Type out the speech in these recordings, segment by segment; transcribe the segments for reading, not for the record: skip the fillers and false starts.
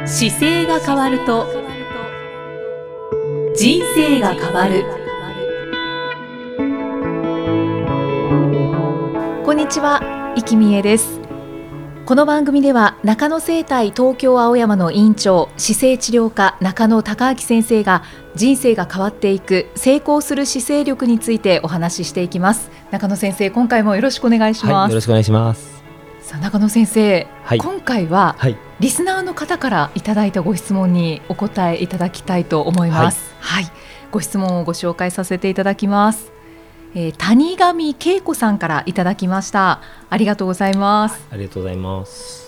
姿勢が変わると人生が変わる。こんにちは、生きみえです。この番組では中野生態東京青山の院長、姿勢治療科中野孝明先生が人生が変わっていく成功する姿勢力についてお話ししていきます。中野先生、今回もよろしくお願いします。 はい、よろしくお願いします。 さあ、中野先生、 はい、 今回は、リスナーの方からいただいたご質問にお答えいただきたいと思います。ご質問をご紹介させていただきます。谷上恵子さんからいただきました。ありがとうございます。 ありがとうございます。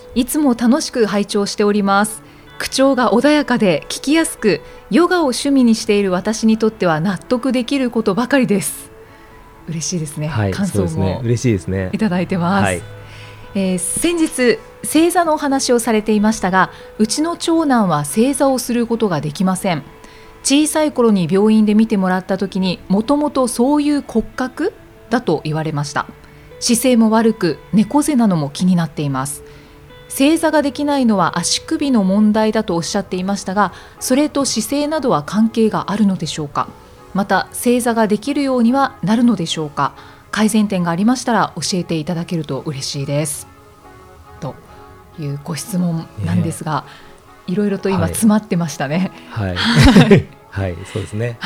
いつも楽しく拝聴しております。口調が穏やかで聞きやすく、ヨガを趣味にしている私にとっては納得できることばかりです。嬉しいですね。感想も嬉しいですね。 いただいてます。先日正座のお話をされていましたが、うちの長男は正座をすることができません。小さい頃に病院で見てもらった時に、もともとそういう骨格だと言われました。姿勢も悪く猫背なのも気になっています。正座ができないのは足首の問題だとおっしゃっていましたが、それと姿勢などは関係があるのでしょうか。また正座ができるようにはなるのでしょうか。改善点がありましたら教えていただけると嬉しいです、というご質問なんですが、いろいろと今詰まってましたね。 そうですね。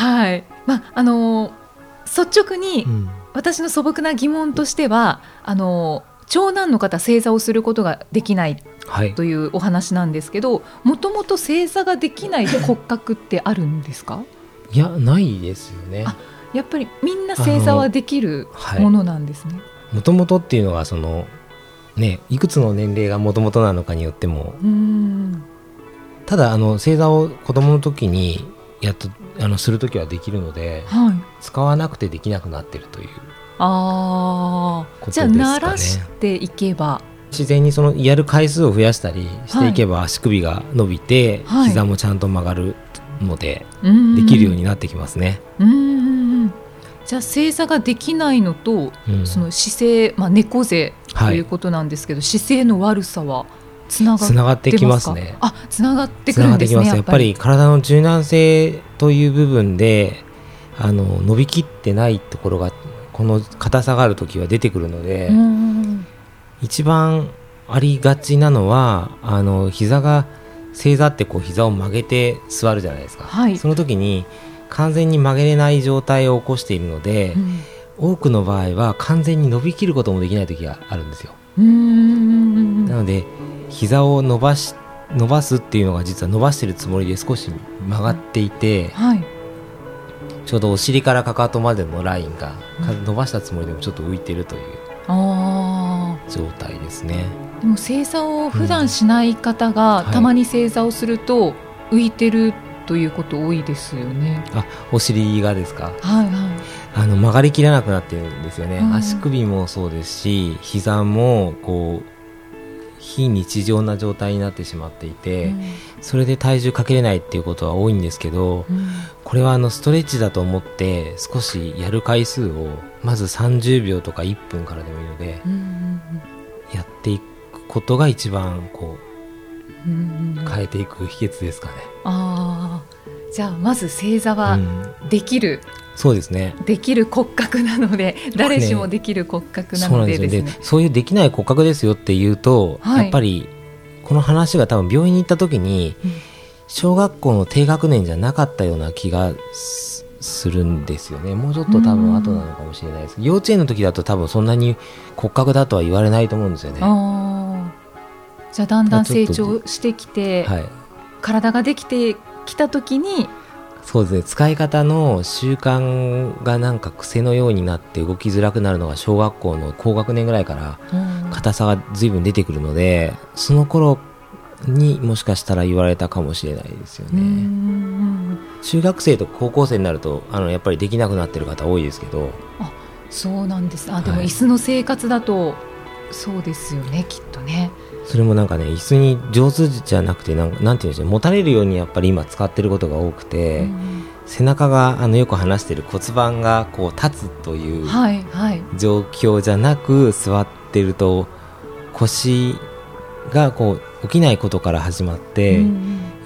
率直に、私の素朴な疑問としては、長男の方正座をすることができないというお話なんですけど、もともと正座ができない骨格ってあるんですか？ いや、ないですよね。 やっぱりみんな正座はできるものなんですね。 もともとっていうのはいくつの年齢がもともとなのかによっても、ただ正座を子供の時にする時はできるので、使わなくてできなくなっているということですかね。 じゃあ慣らしていけば、 自然にやる回数を増やしたりしていけば、足首が伸びて、膝もちゃんと曲がるので、できるようになってきますね。 じゃあ正座ができないのと、その姿勢、猫背ということなんですけど、姿勢の悪さはつながってきますね。つながってくるんですね。 やっぱり体の柔軟性という部分で伸びきってないところが、この硬さがあるときは出てくるので、一番ありがちなのは膝が正座って膝を曲げて座るじゃないですか。その時に完全に曲げれない状態を起こしているので、多くの場合は完全に伸びきることもできない時があるんですよ。なので膝を伸ばすっていうのが、実は伸ばしているつもりで少し曲がっていて、ちょうどお尻からかかとまでのラインが伸ばしたつもりでもちょっと浮いているという状態ですね。 でも正座を普段しない方が、たまに正座をすると浮いてるということ多いですよね。 お尻がですか？曲がりきらなくなってるんですよね。足首もそうですし、膝も非日常な状態になってしまっていて、それで体重かけれないっていうことは多いんですけど、これはストレッチだと思って少しやる回数をまず30秒とか1分からでもいいので、やっていくことが一番変えていく秘訣ですかね。 じゃあまず正座はできる、 そうですね、 できる骨格なので、誰しもできる骨格なのでですね。 そういうできない骨格ですよっていうと、やっぱりこの話が多分病院に行った時に、小学校の低学年じゃなかったような気がするんですよね。もうちょっと多分後なのかもしれないです。幼稚園の時だと多分そんなに骨格だとは言われないと思うんですよね。 じゃあだんだん成長してきて、体ができてきた時に、 そうですね、使い方の習慣が癖のようになって動きづらくなるのが小学校の高学年ぐらいから硬さが随分出てくるので、その頃にもしかしたら言われたかもしれないですよね。中学生と高校生になるとやっぱりできなくなってる方多いですけど。 そうなんです。でも椅子の生活だとそうですよね、きっとね。 それも椅子に上手じゃなくて、なんていうんでしょう、持たれるようにやっぱり今使ってることが多くて、背中がよく話している骨盤が立つという状況じゃなく、座ってると腰が起きないことから始まって、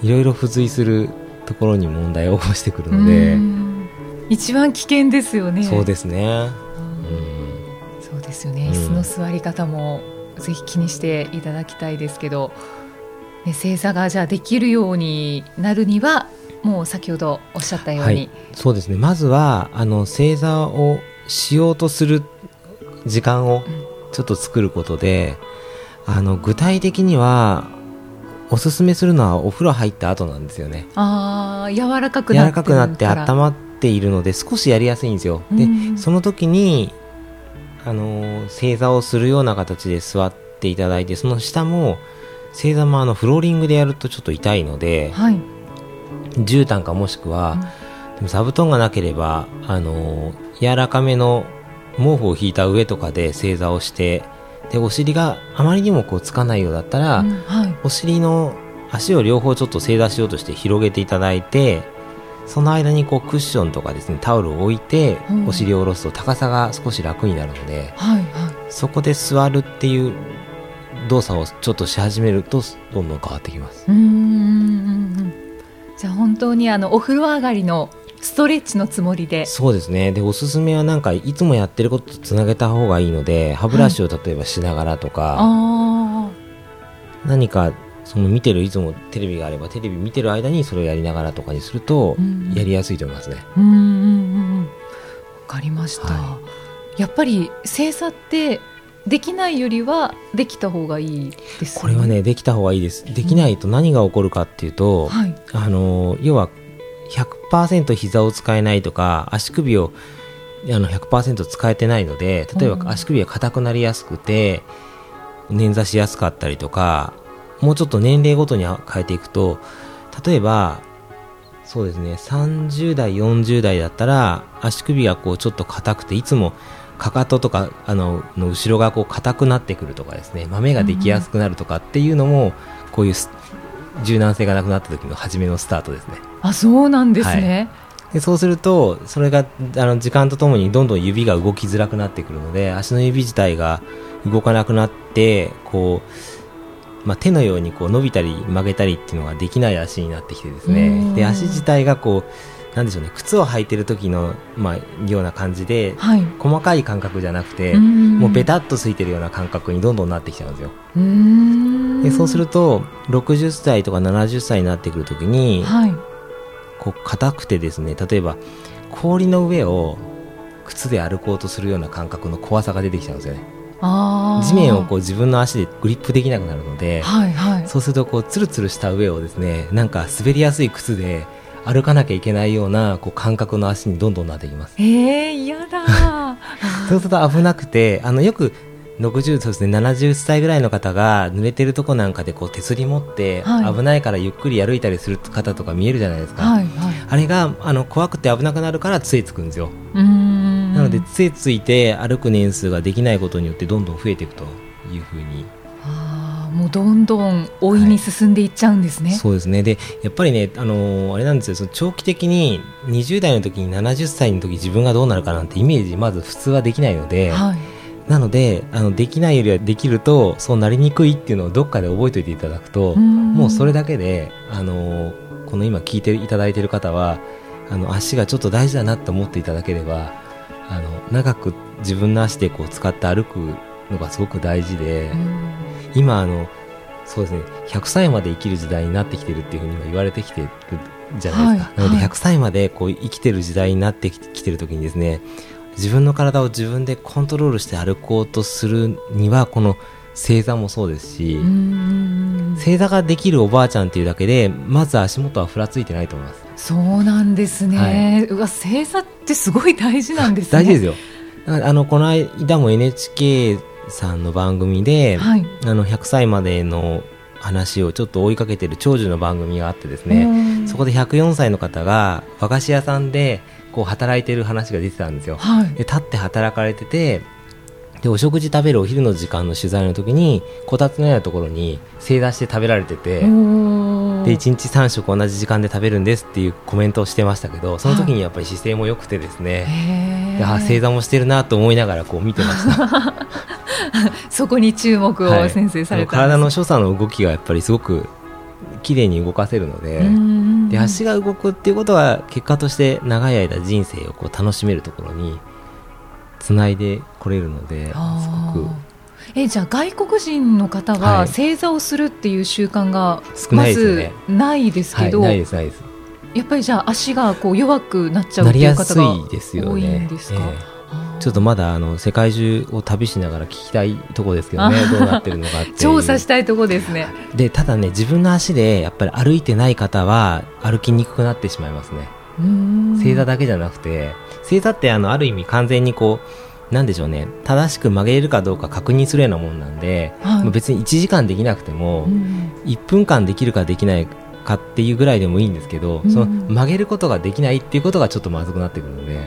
いろいろ付随するところに問題を起こしてくるので、 一番危険ですよね。 そうですね、 そうですよね。椅子の座り方もぜひ気にしていただきたいですけど、ね、正座がじゃあできるようになるにはもう先ほどおっしゃったように、 そうですね、まずは正座をしようとする時間をちょっと作ることで、具体的にはおすすめするのはお風呂入った後なんですよね。 柔らかくなって温まっているので少しやりやすいんですよ。でその時に正座をするような形で座っていただいて、その下も正座もフローリングでやるとちょっと痛いので、絨毯かもしくは、でも座布団がなければ柔らかめの毛布を引いた上とかで正座をして、でお尻があまりにもつかないようだったら、お尻の足を両方ちょっと正座しようとして広げていただいて、その間にクッションとかですね、タオルを置いてお尻を下ろすと高さが少し楽になるので、そこで座るっていう動作をちょっとし始めるとどんどん変わってきます。 じゃあ本当にお風呂上がりのストレッチのつもりで。 そうですね。でおすすめはなんかいつもやってることとつなげた方がいいので、歯ブラシを例えばしながらとか、何かその見てる、いつもテレビがあればテレビ見てる間にそれをやりながらとかにするとやりやすいと思いますね。 わかりました、やっぱり正座ってできないよりはできた方がいいですね。 これはね、できた方がいいです。できないと何が起こるかっていうと、要は 100% 膝を使えないとか足首を100% 使えてないので、例えば足首が硬くなりやすくて捻挫しやすかったりとか、もうちょっと年齢ごとに変えていくと、例えばそうですね、30代40代だったら足首がちょっと硬くて、いつもかかととかの後ろが硬くなってくるとかですね、豆ができやすくなるとかっていうのも、こういう柔軟性がなくなった時の初めのスタートですね。 そうなんですね。 でそうするとそれが時間とともにどんどん指が動きづらくなってくるので、足の指自体が動かなくなって手のように伸びたり曲げたりっていうのができない足になってきてですね、で足自体がなんでしょうね、靴を履いてる時の、ような感じで、細かい感覚じゃなくて、もうベタっとついてるような感覚にどんどんなってきちゃうんですよ。でそうすると60歳とか70歳になってくる時に、硬くてですね、例えば氷の上を靴で歩こうとするような感覚の怖さが出てきちゃうんですよね。地面を自分の足でグリップできなくなるので、そうするとツルツルした上をですね、なんか滑りやすい靴で歩かなきゃいけないような感覚の足にどんどんなっていきます。 嫌だそうすると危なくて、よく60、そうですね、70歳ぐらいの方が濡れてるとこなんかで手すり持って危ないからゆっくり歩いたりする方とか見えるじゃないですか。あれが怖くて危なくなるから杖つくんですよ。なので杖ついて歩く年数ができないことによってどんどん増えていくというふうに、 もうどんどん老いに進んでいっちゃうんですね。 そうですね。でやっぱりね、あれなんですよ、長期的に20代の時に70歳の時自分がどうなるかなんてイメージまず普通はできないので、なのでできないよりはできるとそうなりにくいっていうのをどっかで覚えておいていただくと、もうそれだけでこの今聞いていただいている方は足がちょっと大事だなって思っていただければ、長く自分の足で使って歩くのがすごく大事で、今そうですね、100歳まで生きる時代になってきてるっていうふうに今言われてきてるじゃないですか。なので100歳まで生きてる時代になってきてる時にですね、自分の体を自分でコントロールして歩こうとするには、この正座もそうですし、正座ができるおばあちゃんっていうだけでまず足元はふらついてないと思います。 そうなんですね、正座ってすごい大事なんですね。 大事ですよ。この間も NHK さんの番組で、100歳までの話をちょっと追いかけてる長寿の番組があってですね、そこで104歳の方が和菓子屋さんで働いてる話が出てたんですよ。で立って働かれてて、でお食事食べるお昼の時間の取材の時にこたつのようなところに正座して食べられてて、で1日3食同じ時間で食べるんですっていうコメントをしてましたけど、その時にやっぱり姿勢も良くてですね、正座もしてるなと思いながら見てましたそこに注目を先生されたんです、 体の所作の動きがやっぱりすごく綺麗に動かせるので、で足が動くっていうことは結果として長い間人生をこう楽しめるところにつないでこれるので、すごくじゃあ外国人の方は正座をするっていう習慣が少ないですよね。 まずないですけど、 ないですないです。 やっぱりじゃあ足がこう弱くなっちゃうっていう方が多いんですか？ ちょっとまだ世界中を旅しながら聞きたいところですけどね、どうなってるのかって調査したいところですね。 でただね、自分の足でやっぱり歩いてない方は歩きにくくなってしまいますね。正座だけじゃなくて、正座ってある意味完全にこうなんでしょうね、正しく曲げれるかどうか確認するようなもんなんで、別に1時間できなくても1分間できるかできないかっていうぐらいでもいいんですけど、その曲げることができないっていうことがちょっとまずくなってくるので、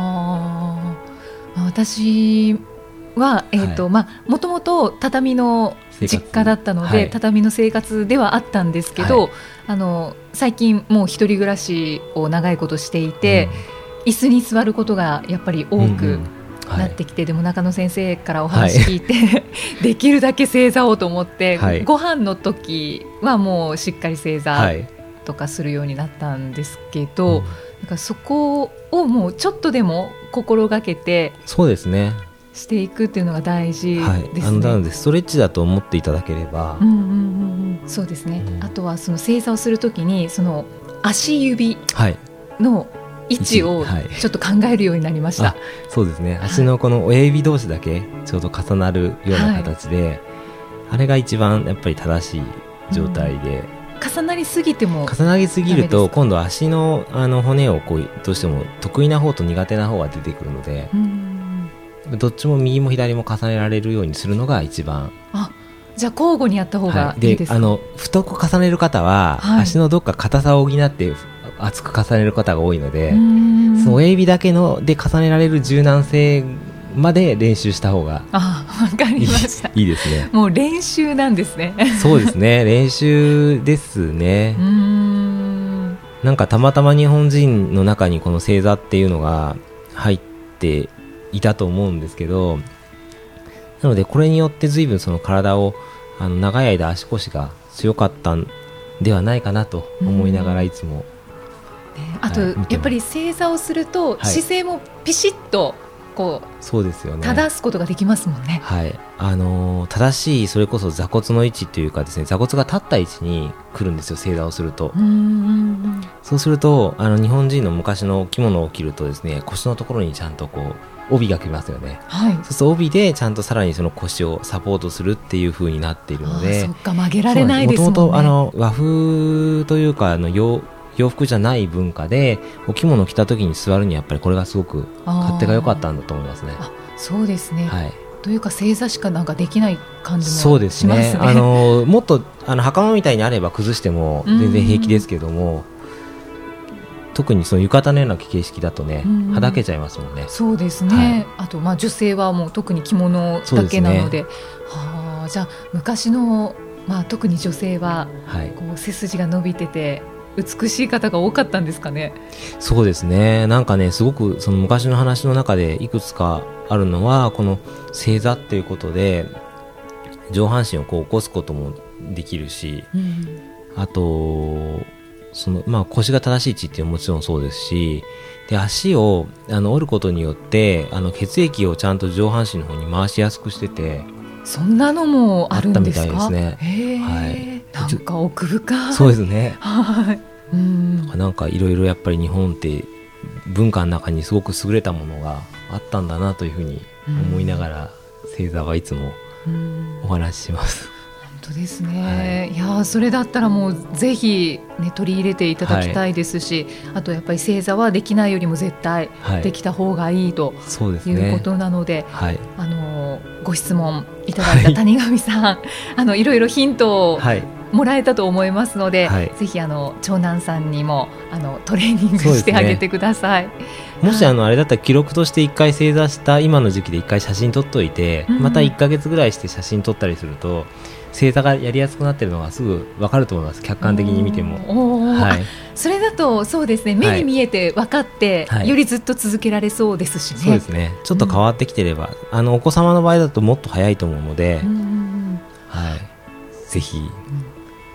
私は、もともと畳の実家だったので、畳の生活ではあったんですけど、最近もう一人暮らしを長いことしていて、椅子に座ることがやっぱり多くなってきて、でも中野先生からお話聞いて、できるだけ正座をと思って、ご飯の時はもうしっかり正座とかするようになったんですけど、なんかそこをもうちょっとでも心がけて、そうですね、していくっていうのが大事ですね。 なのでストレッチだと思っていただければ、 そうですね。あとはその正座をするときにその足指の位置をちょっと考えるようになりました。 そうですね、足のこの親指同士だけちょうど重なるような形で、あれが一番やっぱり正しい状態で、 重なりすぎても重なりすぎると今度足の骨をこうどうしても得意な方と苦手な方が出てくるので、どっちも右も左も重ねられるようにするのが一番。 じゃあ交互にやった方がいいですか？ で太く重ねる方は、足のどっか硬さを補って厚く重ねる方が多いので、その親指だけので重ねられる柔軟性まで練習した方がわかりましたいいですね。 もう練習なんですね。 そうですね、練習ですね。なんかたまたま日本人の中にこの正座っていうのが入っていたと思うんですけど、なのでこれによって随分その体を長い間足腰が強かったんではないかなと思いながらいつも、 あとやっぱり正座をすると姿勢もピシッとこう、 そうですよね、 正すことができますもんね。 正しいそれこそ座骨の位置というかですね、座骨が立った位置に来るんですよ、正座をすると。そうすると日本人の昔のお着物を着るとですね、腰のところにちゃんとこう帯が来ますよね。そうすると帯でちゃんとさらにその腰をサポートするっていう風になっているので、 そっか、曲げられないですもんね。 もともと和風というか洋服じゃない文化でお着物を着た時に座るにやっぱりこれがすごく勝手が良かったんだと思いますね。 そうですね、というか正座しかなんかできない感じもしますね。 そうですね、もっと袴みたいにあれば崩しても全然平気ですけども、特にその浴衣のような形式だとね、はだけちゃいますもんね。 そうですね、あと女性はもう特に着物だけなので、じゃあ昔の、特に女性は、こう背筋が伸びてて美しい方が多かったんですかね。 そうですね、なんかね、すごくその昔の話の中でいくつかあるのは、この正座っていうことで上半身をこう起こすこともできるし、あと腰が正しい位置っていうのももちろんそうですし、で足を折ることによって血液をちゃんと上半身の方に回しやすくしてて、 そんなのもあるんですか？ あったみたいですね。 なんか奥深い。 そうですね。なんかいろいろやっぱり日本って文化の中にすごく優れたものがあったんだなというふうに思いながら、正座はいつもお話しします。 本当ですね、いやそれだったらもうぜひ、取り入れていただきたいですし、あとやっぱり正座はできないよりも絶対できた方がいいということなので、ご質問いただいた谷上さん、いろいろヒントをもらえたと思いますので、ぜひ長男さんにもトレーニングしてあげてください。 もしあれだったら記録として1回正座した今の時期で1回写真撮っといて、また1ヶ月ぐらいして写真撮ったりすると正座がやりやすくなっているのがすぐ分かると思います、客観的に見ても。それだとそうですね、目に見えて分かって、よりずっと続けられそうですしね。そうですね、ちょっと変わってきてれば、お子様の場合だともっと早いと思うので、ぜひ、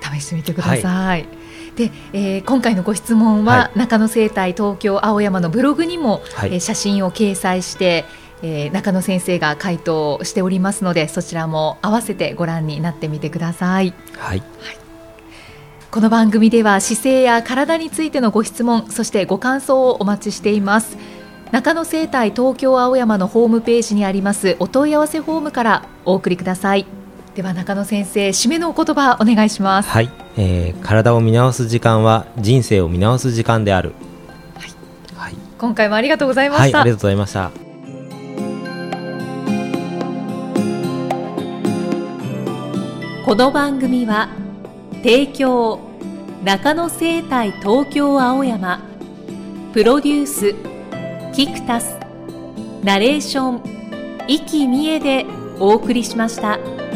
試してみてください。で、今回のご質問は、中野生態東京青山のブログにも、写真を掲載して、中野先生が回答しておりますので、そちらも合わせてご覧になってみてください。この番組では姿勢や体についてのご質問、そしてご感想をお待ちしています。中野生態東京青山のホームページにありますお問い合わせフォームからお送りください。では中野先生、締めのお言葉お願いします。 体を見直す時間は人生を見直す時間である。 今回もありがとうございました。 ありがとうございました。 この番組は提供中野生態東京青山、プロデュースキクタス、ナレーション生きみえでお送りしました。